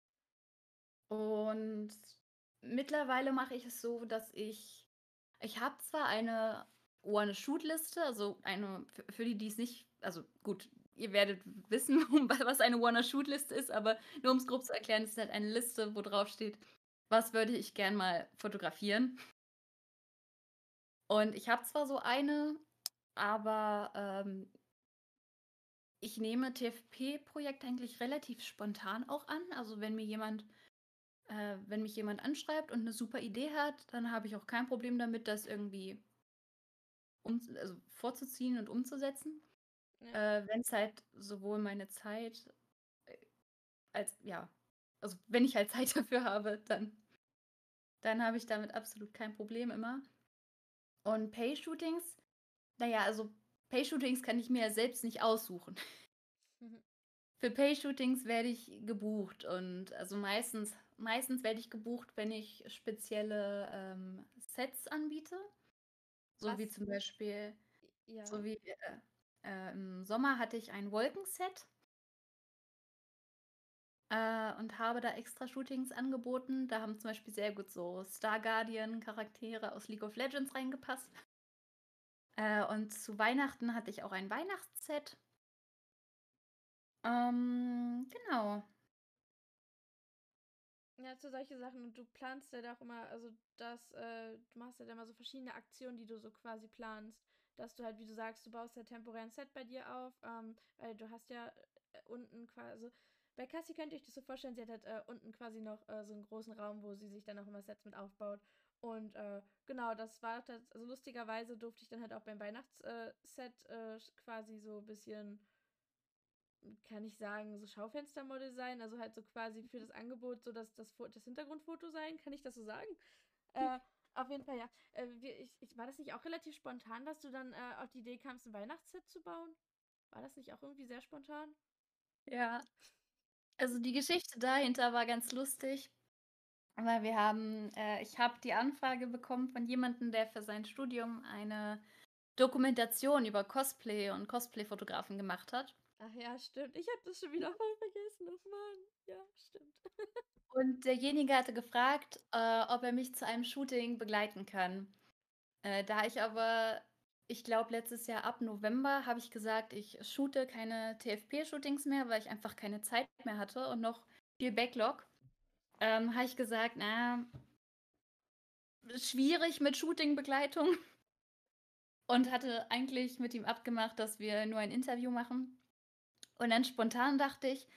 und mittlerweile mache ich es so, dass ich habe zwar eine One-Shoot-Liste, also eine, für die, die es nicht, also gut, ihr werdet wissen, was eine One-Shoot-Liste ist, aber nur um es grob zu erklären, ist halt eine Liste, wo drauf steht, was würde ich gern mal fotografieren. Und ich habe zwar so eine, aber ich nehme TFP-Projekte eigentlich relativ spontan auch an. Also wenn mich jemand anschreibt und eine super Idee hat, dann habe ich auch kein Problem damit, das irgendwie also vorzuziehen und umzusetzen. Ja. Wenn es halt sowohl meine Zeit äh, als, ja, also wenn ich halt Zeit dafür habe, dann habe ich damit absolut kein Problem immer. Und Pay-Shootings, naja, also Pay-Shootings kann ich mir ja selbst nicht aussuchen. Für Pay-Shootings werde ich gebucht und also meistens werde ich gebucht, wenn ich spezielle Sets anbiete. So Was? wie zum Beispiel, Ja. so wie Im Sommer hatte ich ein Wolkenset und habe da extra Shootings angeboten. Da haben zum Beispiel sehr gut so Star Guardian-Charaktere aus League of Legends reingepasst. Und zu Weihnachten hatte ich auch ein Weihnachtsset. Genau. Ja, zu solche Sachen. Und du planst ja da auch immer, also du machst ja da immer so verschiedene Aktionen, die du so quasi planst. Dass du halt, wie du sagst, du baust ja temporär ein Set bei dir auf, weil du hast ja unten quasi, also bei Cassie könnt ihr euch das so vorstellen, sie hat halt unten quasi noch so einen großen Raum, wo sie sich dann auch immer Sets mit aufbaut. Und genau, das war das, also lustigerweise durfte ich dann halt auch beim Weihnachtsset quasi so ein bisschen, kann ich sagen, so Schaufenstermodel sein, also halt so quasi für das Angebot so das Hintergrundfoto sein, kann ich das so sagen? Äh, auf jeden Fall, ja. War das nicht auch relativ spontan, dass du dann auf die Idee kamst, ein Weihnachtsset zu bauen? War das nicht auch irgendwie sehr spontan? Ja. Also die Geschichte dahinter war ganz lustig, weil ich habe die Anfrage bekommen von jemandem, der für sein Studium eine Dokumentation über Cosplay und Cosplay-Fotografen gemacht hat. Ach ja, stimmt. Ich habe das schon wieder voll vergessen. Oh Mann. Ja, stimmt. Und derjenige hatte gefragt, ob er mich zu einem Shooting begleiten kann. Da ich aber, ich glaube, letztes Jahr ab November habe ich gesagt, ich shoote keine TFP-Shootings mehr, weil ich einfach keine Zeit mehr hatte und noch viel Backlog. Habe ich gesagt, na, schwierig mit Shooting-Begleitung und hatte eigentlich mit ihm abgemacht, dass wir nur ein Interview machen. Und dann spontan dachte ich,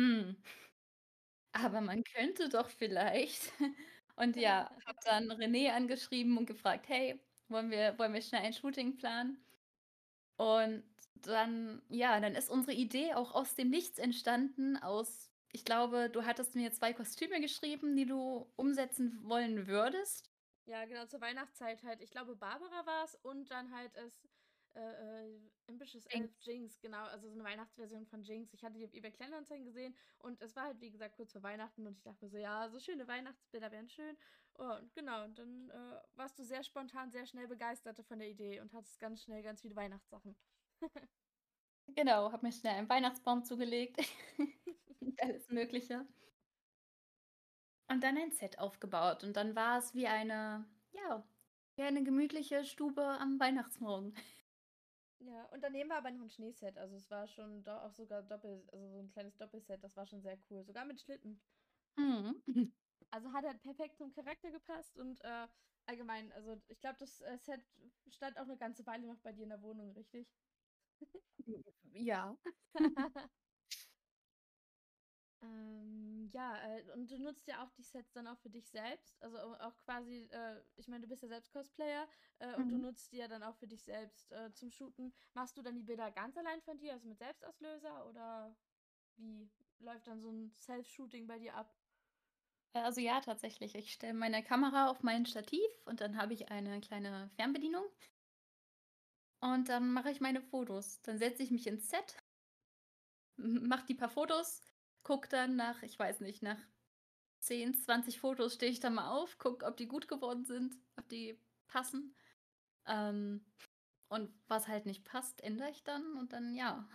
aber man könnte doch vielleicht. Und ja, habe dann René angeschrieben und gefragt, hey, wollen wir schnell ein Shooting planen? Und dann, ja, dann ist unsere Idee auch aus dem Nichts entstanden, ich glaube, du hattest mir 2 Kostüme geschrieben, die du umsetzen wollen würdest. Ja, genau, zur Weihnachtszeit halt. Ich glaube, Barbara war es und dann halt Ambitious Elf Jinx. Jinx, genau, also so eine Weihnachtsversion von Jinx. Ich hatte die auf eBay Kleinanzeigen gesehen und es war halt, wie gesagt, kurz vor Weihnachten und ich dachte mir so, ja, so schöne Weihnachtsbilder wären schön. Und genau, und dann warst du sehr spontan, sehr schnell begeistert von der Idee und hattest ganz schnell ganz viele Weihnachtssachen. Genau, habe mir schnell einen Weihnachtsbaum zugelegt und alles Mögliche. Und dann ein Set aufgebaut und dann war es wie eine gemütliche Stube am Weihnachtsmorgen. Ja, und daneben war aber noch ein Schneeset, also es war schon auch sogar also so ein kleines Doppelset, das war schon sehr cool, sogar mit Schlitten. Mhm. Also hat halt perfekt zum Charakter gepasst und allgemein, also ich glaube, das Set stand auch eine ganze Weile noch bei dir in der Wohnung, richtig? Ja. Ja, und du nutzt ja auch die Sets dann auch für dich selbst. Also auch quasi, ich meine, du bist ja selbst Cosplayer und du Mhm. nutzt die ja dann auch für dich selbst zum Shooten. Machst du dann die Bilder ganz allein von dir, also mit Selbstauslöser oder wie läuft dann so ein Self-Shooting bei dir ab? Also ja, tatsächlich. Ich stelle meine Kamera auf mein Stativ und dann habe ich eine kleine Fernbedienung und dann mache ich meine Fotos. Dann setze ich mich ins Set, mache die paar Fotos, gucke dann ich weiß nicht, nach 10, 20 Fotos stehe ich dann mal auf, gucke, ob die gut geworden sind, ob die passen. Ähm, und was halt nicht passt, ändere ich dann und dann ja.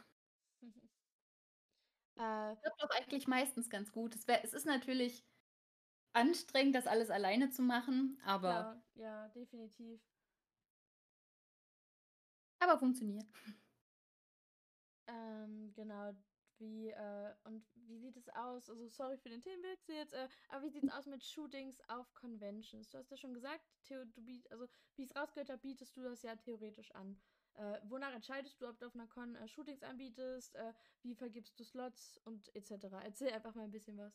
äh, Klappt doch eigentlich meistens ganz gut. Es ist natürlich anstrengend, das alles alleine zu machen, aber, klar, ja, definitiv. aber funktioniert. Genau, und wie sieht es aus? Also, sorry für den Themenwechsel jetzt, aber wie sieht es aus mit Shootings auf Conventions? Du hast ja schon gesagt, also, wie ich es rausgehört habe, bietest du das ja theoretisch an. Wonach entscheidest du, ob du auf einer Con Shootings anbietest? Wie vergibst du Slots und etc.? Erzähl einfach mal ein bisschen was.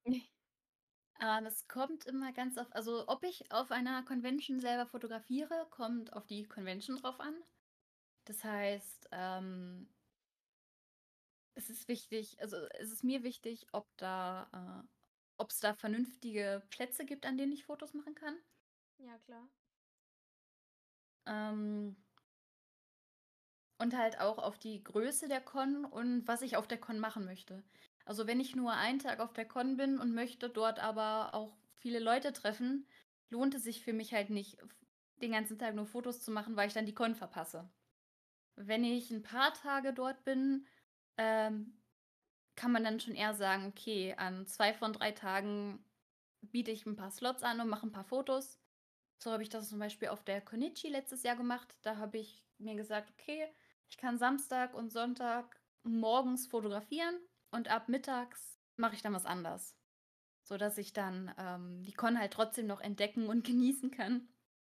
Das kommt immer ganz also ob ich auf einer Convention selber fotografiere, kommt auf die Convention drauf an. Das heißt, es ist mir wichtig, ob es da vernünftige Plätze gibt, an denen ich Fotos machen kann. Ja, klar. Ähm, und halt auch auf die Größe der Con und was ich auf der Con machen möchte. Also wenn ich nur einen Tag auf der Con bin und möchte dort aber auch viele Leute treffen, lohnt es sich für mich halt nicht, den ganzen Tag nur Fotos zu machen, weil ich dann die Con verpasse. Wenn ich ein paar Tage dort bin, ähm, kann man dann schon eher sagen: „Okay, an 2 von 3 Tagen biete ich ein paar Slots an und mache ein paar Fotos.“ So habe ich das zum Beispiel auf der Konichi letztes Jahr gemacht. Da habe ich mir gesagt: „Okay, ich kann Samstag und Sonntag morgens fotografieren und ab mittags mache ich dann was anders“, sodass ich dann, die Con halt trotzdem noch entdecken und genießen kann.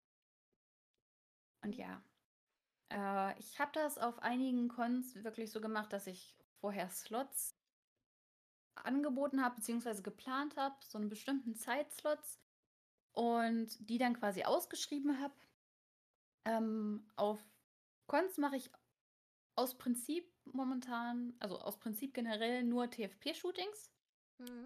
Und Mhm. ja, ich habe das auf einigen Cons wirklich so gemacht, dass ich vorher Slots angeboten habe beziehungsweise geplant habe, so 'n bestimmten Zeitslots und die dann quasi ausgeschrieben habe. Auf Cons mache ich aus Prinzip momentan, also aus Prinzip generell nur TFP-Shootings, Mhm.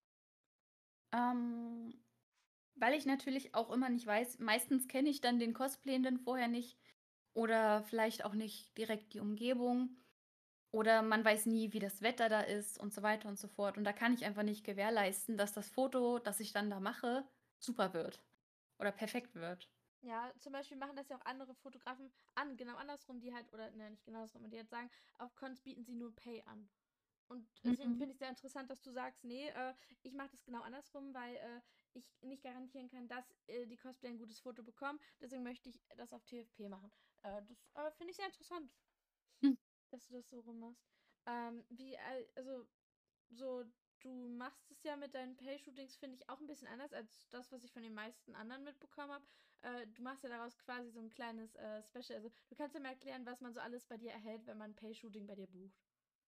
ähm, weil ich natürlich auch immer nicht weiß, meistens kenne ich dann den Cosplayenden vorher nicht oder vielleicht auch nicht direkt die Umgebung oder man weiß nie, wie das Wetter da ist und so weiter und so fort. Und da kann ich einfach nicht gewährleisten, dass das Foto, das ich dann da mache, super wird oder perfekt wird. Ja, zum Beispiel machen das ja auch andere Fotografen an, genau andersrum, die halt, oder ne, nicht genau andersrum, die halt sagen, auf Cons bieten sie nur Pay an. Und deswegen Mhm. finde ich es sehr interessant, dass du sagst, nee, ich mache das genau andersrum, weil ich nicht garantieren kann, dass die Cosplayer ein gutes Foto bekommen. Deswegen möchte ich das auf TFP machen. Das finde ich sehr interessant, Hm. dass du das so rum machst. Also, so, du machst es ja mit deinen Pay-Shootings, finde ich, auch ein bisschen anders als das, was ich von den meisten anderen mitbekommen habe. Du machst ja daraus quasi so ein kleines Special. Also, du kannst ja mal erklären, was man so alles bei dir erhält, wenn man ein Pay-Shooting bei dir bucht.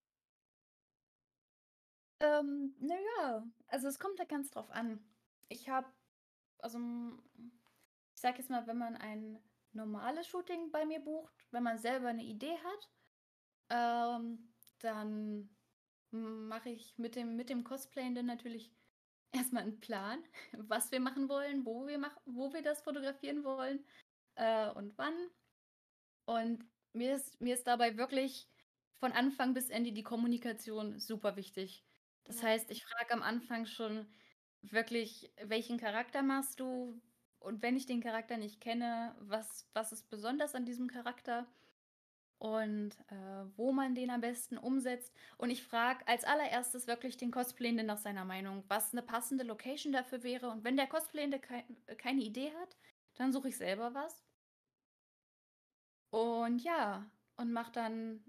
Na ja, also es kommt da ganz drauf an. Ich habe, also ich sage jetzt mal, wenn man ein normales Shooting bei mir bucht, wenn man selber eine Idee hat, dann mache ich mit dem Cosplayenden natürlich erstmal einen Plan, was wir machen wollen, wo wir das fotografieren wollen, und wann. Und mir ist dabei wirklich von Anfang bis Ende die Kommunikation super wichtig. Das Ja. heißt, ich frage am Anfang schon wirklich: „Welchen Charakter machst du?“ Und wenn ich den Charakter nicht kenne, was ist besonders an diesem Charakter und, wo man den am besten umsetzt. Und ich frage als Allererstes wirklich den Cosplayenden nach seiner Meinung, was eine passende Location dafür wäre. Und wenn der Cosplayende keine Idee hat, dann suche ich selber was. Und ja, und mache dann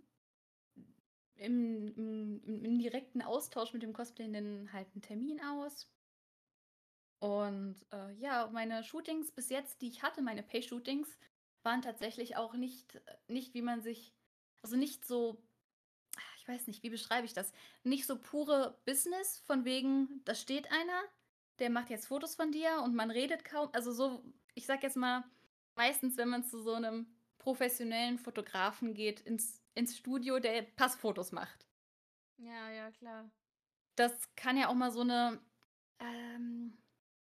im direkten Austausch mit dem Cosplayenden halt einen Termin aus. Und, ja, meine Shootings bis jetzt, die ich hatte, meine Pay-Shootings, waren tatsächlich auch nicht, wie man sich, also nicht so, ich weiß nicht, wie beschreibe ich das? Nicht so pure Business, von wegen, da steht einer, der macht jetzt Fotos von dir und man redet kaum. Also so, ich sag jetzt mal, meistens, wenn man zu so einem professionellen Fotografen geht, ins Studio, der Passfotos macht. Ja, ja, klar. Das kann ja auch mal so eine, ähm,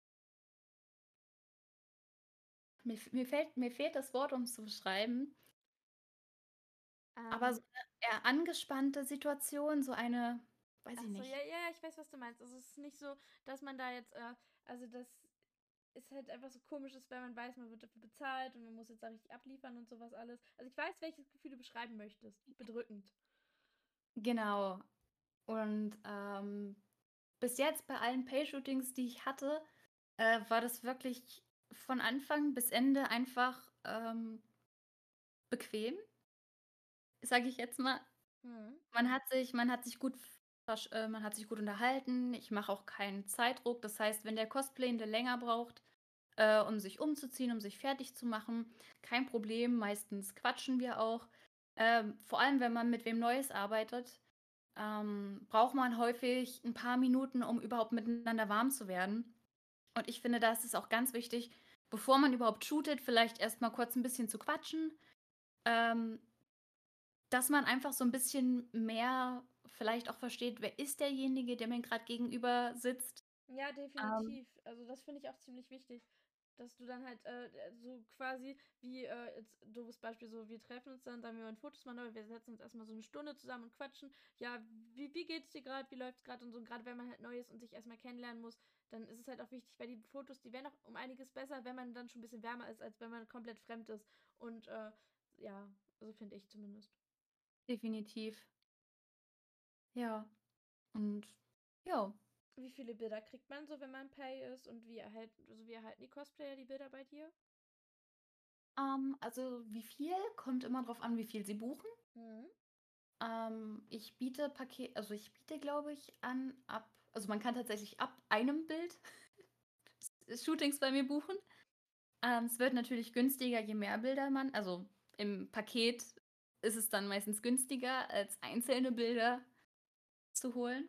mir fehlt das Wort, um es zu beschreiben, aber so Ähm, eine eher angespannte Situation, so eine, weiß ach ich so, ja, nicht. ja, ja, ich weiß, was du meinst. Also es ist nicht so, dass man da jetzt, also das ist halt einfach so komisch ist, weil man weiß, man wird dafür bezahlt und man muss jetzt da richtig abliefern und sowas alles. Also ich weiß, welches Gefühl du beschreiben möchtest. Bedrückend. Genau. Und, bis jetzt bei allen Pay-Shootings, die ich hatte, war das wirklich von Anfang bis Ende einfach, bequem, sage ich jetzt mal. Hm. Man hat sich gut unterhalten. Ich mache auch keinen Zeitdruck. Das heißt, wenn der Cosplayende länger braucht, um sich umzuziehen, um sich fertig zu machen, kein Problem. Meistens quatschen wir auch. Vor allem, wenn man mit wem Neues arbeitet, braucht man häufig ein paar Minuten, um überhaupt miteinander warm zu werden. Und ich finde, da ist es auch ganz wichtig, bevor man überhaupt shootet, vielleicht erst mal kurz ein bisschen zu quatschen, ähm, dass man einfach so ein bisschen mehr vielleicht auch versteht, wer ist derjenige, der mir gerade gegenüber sitzt. Ja, Ähm, definitiv. Also das finde ich auch ziemlich wichtig, dass du dann halt so quasi wie jetzt doofes Beispiel so, wir treffen uns dann, sagen wir mal Fotos machen, aber wir setzen uns erstmal so eine Stunde zusammen und quatschen. Ja, wie geht's dir gerade, wie läuft's gerade und so. Und gerade wenn man halt neu ist und sich erstmal kennenlernen muss, dann ist es halt auch wichtig, weil die Fotos, die werden auch um einiges besser, wenn man dann schon ein bisschen wärmer ist, als wenn man komplett fremd ist. Und ja. Also finde ich zumindest. definitiv. Ja, und ja. Wie viele Bilder kriegt man so, wenn man Pay ist? Und wie erhalten die Cosplayer die Bilder bei dir? Also wie viel, kommt immer drauf an, wie viel sie buchen. Mhm. Ich biete, glaube ich, also man kann tatsächlich ab einem Bild Shootings bei mir buchen. Es wird natürlich günstiger, je mehr Bilder also im Paket ist es dann meistens günstiger, als einzelne Bilder zu holen.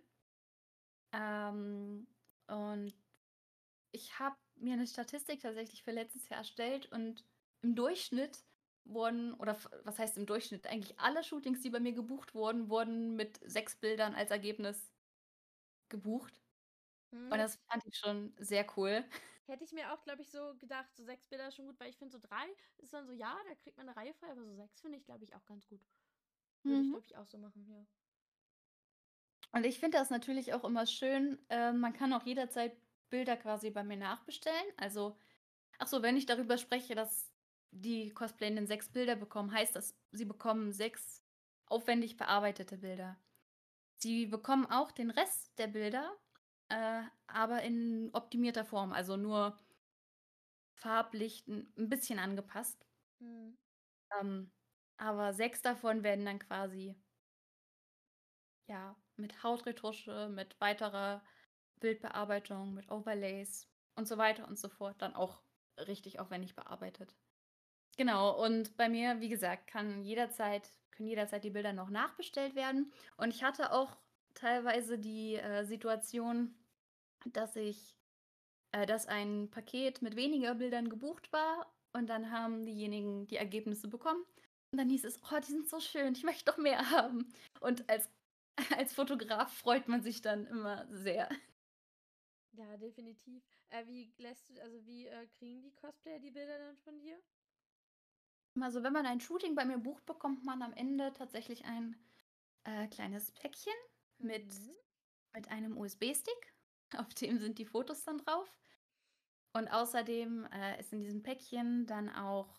Ähm, und ich habe mir eine Statistik tatsächlich für letztes Jahr erstellt und im Durchschnitt was heißt im Durchschnitt? Eigentlich alle Shootings, die bei mir gebucht wurden, wurden mit 6 Bildern als Ergebnis gebucht. Hm, Und das fand ich schon sehr cool. hätte ich mir auch, glaube ich, so gedacht, so 6 Bilder ist schon gut, weil ich finde, so 3 ist dann so, ja, da kriegt man eine Reihe frei, aber so 6 finde ich, glaube ich, auch ganz gut. Würde ich, Mhm. glaube ich, auch so machen, ja. Und ich finde das natürlich auch immer schön. Man kann auch jederzeit Bilder quasi bei mir nachbestellen. Also, ach so, wenn ich darüber spreche, dass die Cosplayenden 6 Bilder bekommen, heißt das, sie bekommen 6 aufwendig bearbeitete Bilder. Sie bekommen auch den Rest der Bilder, aber in optimierter Form, also nur farblich ein bisschen angepasst. Hm. Ähm, aber 6 davon werden dann quasi, ja, mit Hautretusche, mit weiterer Bildbearbeitung, mit Overlays und so weiter und so fort dann auch richtig aufwendig bearbeitet. Genau, und bei mir, wie gesagt, können jederzeit die Bilder noch nachbestellt werden. Und ich hatte auch teilweise die Situation, dass ein Paket mit weniger Bildern gebucht war und dann haben diejenigen die Ergebnisse bekommen. Und dann hieß es, oh, die sind so schön, ich möchte doch mehr haben. Und als Fotograf freut man sich dann immer sehr. Ja, definitiv. Wie kriegen die Cosplayer die Bilder dann von dir? Also wenn man ein Shooting bei mir bucht, bekommt man am Ende tatsächlich ein kleines Päckchen mit, Mhm. mit einem USB-Stick. Auf dem sind die Fotos dann drauf. Und außerdem ist in diesem Päckchen dann auch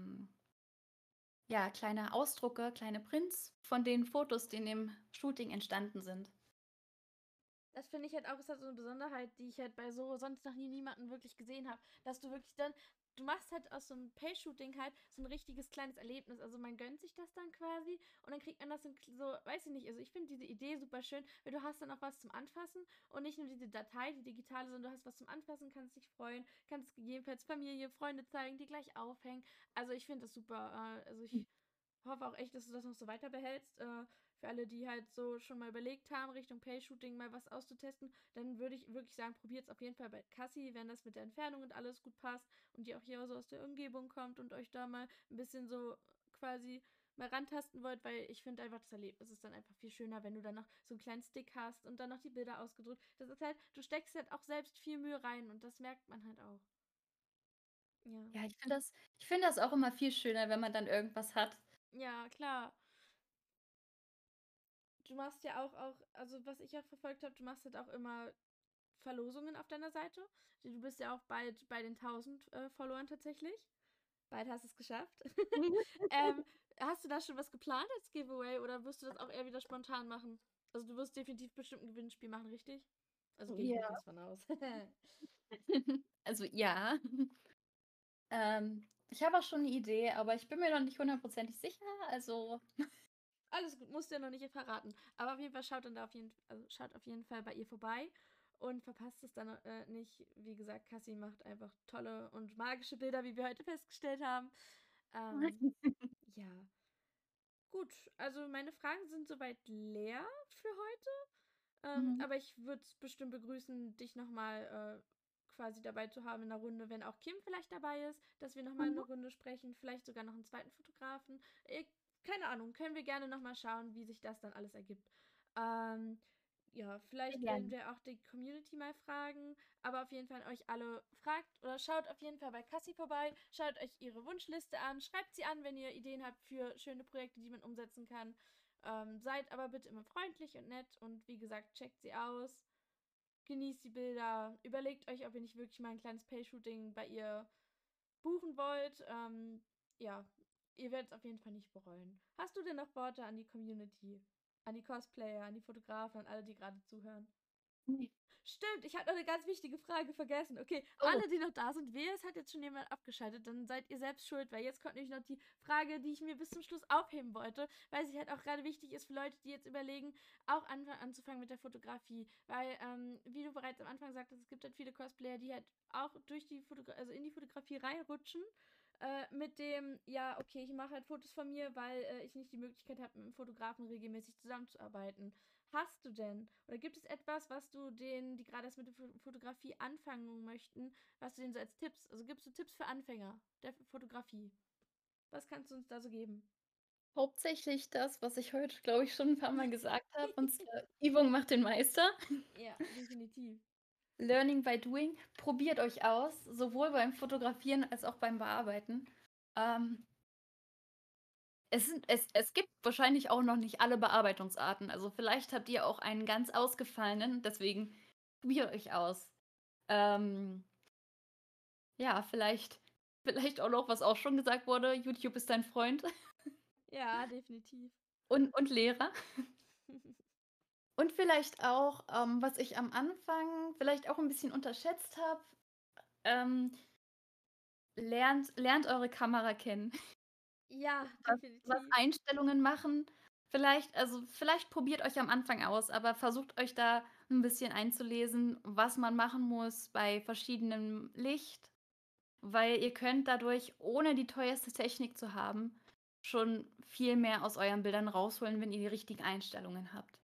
ja, kleine Ausdrucke, kleine Prints von den Fotos, die in dem Shooting entstanden sind. Das finde ich halt auch, ist halt so eine Besonderheit, die ich halt bei so sonst noch nie niemanden wirklich gesehen habe, dass du wirklich dann, du machst halt aus so einem Pay-Shooting halt so ein richtiges kleines Erlebnis. Also man gönnt sich das dann quasi und dann kriegt man das so, weiß ich nicht, also ich finde diese Idee super schön, weil du hast dann auch was zum Anfassen und nicht nur diese Datei, die digitale, sondern du hast was zum Anfassen, kannst dich freuen, kannst gegebenenfalls Familie, Freunde zeigen, die gleich aufhängen. Also ich finde das super. Also ich hoffe auch echt, dass du das noch so weiter behältst. Für alle, die halt so schon mal überlegt haben, Richtung Pay-Shooting mal was auszutesten, dann würde ich wirklich sagen, probiert es auf jeden Fall bei Cassie, wenn das mit der Entfernung und alles gut passt und die auch hier so aus der Umgebung kommt und euch da mal ein bisschen so quasi mal rantasten wollt, weil ich finde einfach das Erlebnis ist dann einfach viel schöner, wenn du dann noch so einen kleinen Stick hast und dann noch die Bilder ausgedruckt. Das ist halt, du steckst halt auch selbst viel Mühe rein und das merkt man halt auch. Ja. Ja, ich finde das auch immer viel schöner, wenn man dann irgendwas hat. Ja, klar. Du machst ja auch, also was ich auch verfolgt habe, du machst halt auch immer Verlosungen auf deiner Seite. Du bist ja auch bald bei den 1000 Followern tatsächlich. Bald hast du es geschafft. ähm, hast du da schon was geplant als Giveaway oder wirst du das auch eher wieder spontan machen? Also du wirst definitiv bestimmt ein Gewinnspiel machen, richtig? Also gehe ich mal Ja. fest von aus. Also ja. Ich habe auch schon eine Idee, aber ich bin mir noch nicht hundertprozentig sicher. Also, Alles gut, musst du ja noch nicht verraten. Aber auf jeden Fall schaut auf jeden Fall bei ihr vorbei und verpasst es dann nicht. Wie gesagt, Cassie macht einfach tolle und magische Bilder, wie wir heute festgestellt haben. Ähm, ja, gut. Also meine Fragen sind soweit leer für heute. mhm. Aber ich würde es bestimmt begrüßen, dich nochmal quasi dabei zu haben in der Runde, wenn auch Kim vielleicht dabei ist, dass wir nochmal Mhm. eine Runde sprechen, vielleicht sogar noch einen zweiten Fotografen. Keine Ahnung, können wir gerne nochmal schauen, wie sich das dann alles ergibt. Ähm, ja, Sehr vielleicht werden gerne. wir auch die Community mal fragen, aber auf jeden Fall an euch alle fragt oder schaut auf jeden Fall bei Cassie vorbei, schaut euch ihre Wunschliste an, schreibt sie an, wenn ihr Ideen habt für schöne Projekte, die man umsetzen kann. Seid aber bitte immer freundlich und nett und wie gesagt, checkt sie aus, genießt die Bilder, überlegt euch, ob ihr nicht wirklich mal ein kleines Pay-Shooting bei ihr buchen wollt. Ja, ihr werdet es auf jeden Fall nicht bereuen. Hast du denn noch Worte an die Community? An die Cosplayer, an die Fotografen, an alle, die gerade zuhören? Nee. Stimmt, ich habe noch eine ganz wichtige Frage vergessen. Okay, Oh, alle, die noch da sind, wehe, es hat jetzt schon jemand abgeschaltet, dann seid ihr selbst schuld, weil jetzt kommt nämlich noch die Frage, die ich mir bis zum Schluss aufheben wollte, weil sie halt auch gerade wichtig ist für Leute, die jetzt überlegen, auch anzufangen mit der Fotografie. Weil, wie du bereits am Anfang sagtest, es gibt halt viele Cosplayer, die halt auch durch die also in die Fotografie reinrutschen. Mit dem, ja, okay, ich mache halt Fotos von mir, weil ich nicht die Möglichkeit habe, mit einem Fotografen regelmäßig zusammenzuarbeiten. Hast du denn? Oder gibt es etwas, was du denen, die gerade erst mit der Fotografie anfangen möchten, was du denen so als Tipps, also gibst du Tipps für Anfänger der Fotografie? Was kannst du uns da so geben? hauptsächlich das, was ich heute, glaube ich, schon ein paar Mal gesagt habe, und zwar Übung macht den Meister. Ja, definitiv. Learning by doing. Probiert euch aus, sowohl beim Fotografieren als auch beim Bearbeiten. Ähm, es gibt wahrscheinlich auch noch nicht alle Bearbeitungsarten. Also vielleicht habt ihr auch einen ganz ausgefallenen, deswegen probiert euch aus. Ähm, ja, vielleicht auch noch, was auch schon gesagt wurde, YouTube ist dein Freund Ja, definitiv. und Lehrer. Und vielleicht auch, was ich am Anfang vielleicht auch ein bisschen unterschätzt habe, ähm, lernt eure Kamera kennen. Ja, Was definitiv. Einstellungen machen. Vielleicht probiert euch am Anfang aus, aber versucht euch da ein bisschen einzulesen, was man machen muss bei verschiedenem Licht, weil ihr könnt dadurch, ohne die teuerste Technik zu haben, schon viel mehr aus euren Bildern rausholen, wenn ihr die richtigen Einstellungen habt.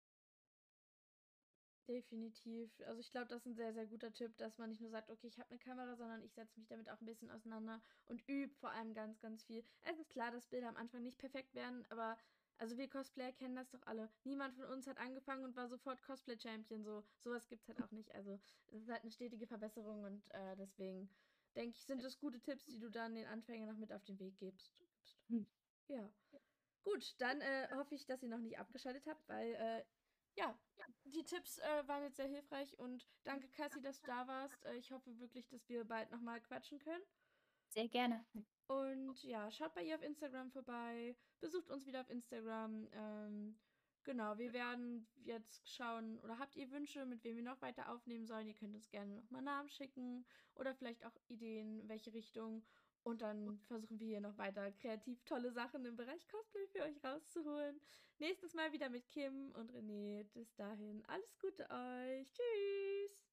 Definitiv. Also ich glaube, das ist ein sehr, sehr guter Tipp, dass man nicht nur sagt, okay, ich habe eine Kamera, sondern ich setze mich damit auch ein bisschen auseinander und übe vor allem ganz, ganz viel. Es ist klar, dass Bilder am Anfang nicht perfekt werden, aber also wir Cosplayer kennen das doch alle. Niemand von uns hat angefangen und war sofort Cosplay-Champion. Sowas gibt es halt auch nicht. Also es ist halt eine stetige Verbesserung und deswegen denke ich, sind das gute Tipps, die du dann den Anfängern noch mit auf den Weg gibst. Hm. Ja. Gut, dann hoffe ich, dass ihr noch nicht abgeschaltet habt, weil ja, die Tipps waren jetzt sehr hilfreich und danke, Cassie, dass du da warst. Ich hoffe wirklich, dass wir bald nochmal quatschen können. Sehr gerne. Und ja, schaut bei ihr auf Instagram vorbei, besucht uns wieder auf Instagram. Genau, wir werden jetzt schauen, oder habt ihr Wünsche, mit wem wir noch weiter aufnehmen sollen? Ihr könnt uns gerne nochmal Namen schicken oder vielleicht auch Ideen, in welche Richtung. Und dann versuchen wir hier noch weiter kreativ tolle Sachen im Bereich Cosplay für euch rauszuholen. Nächstes Mal wieder mit Kim und René. Bis dahin, alles Gute euch. Tschüss.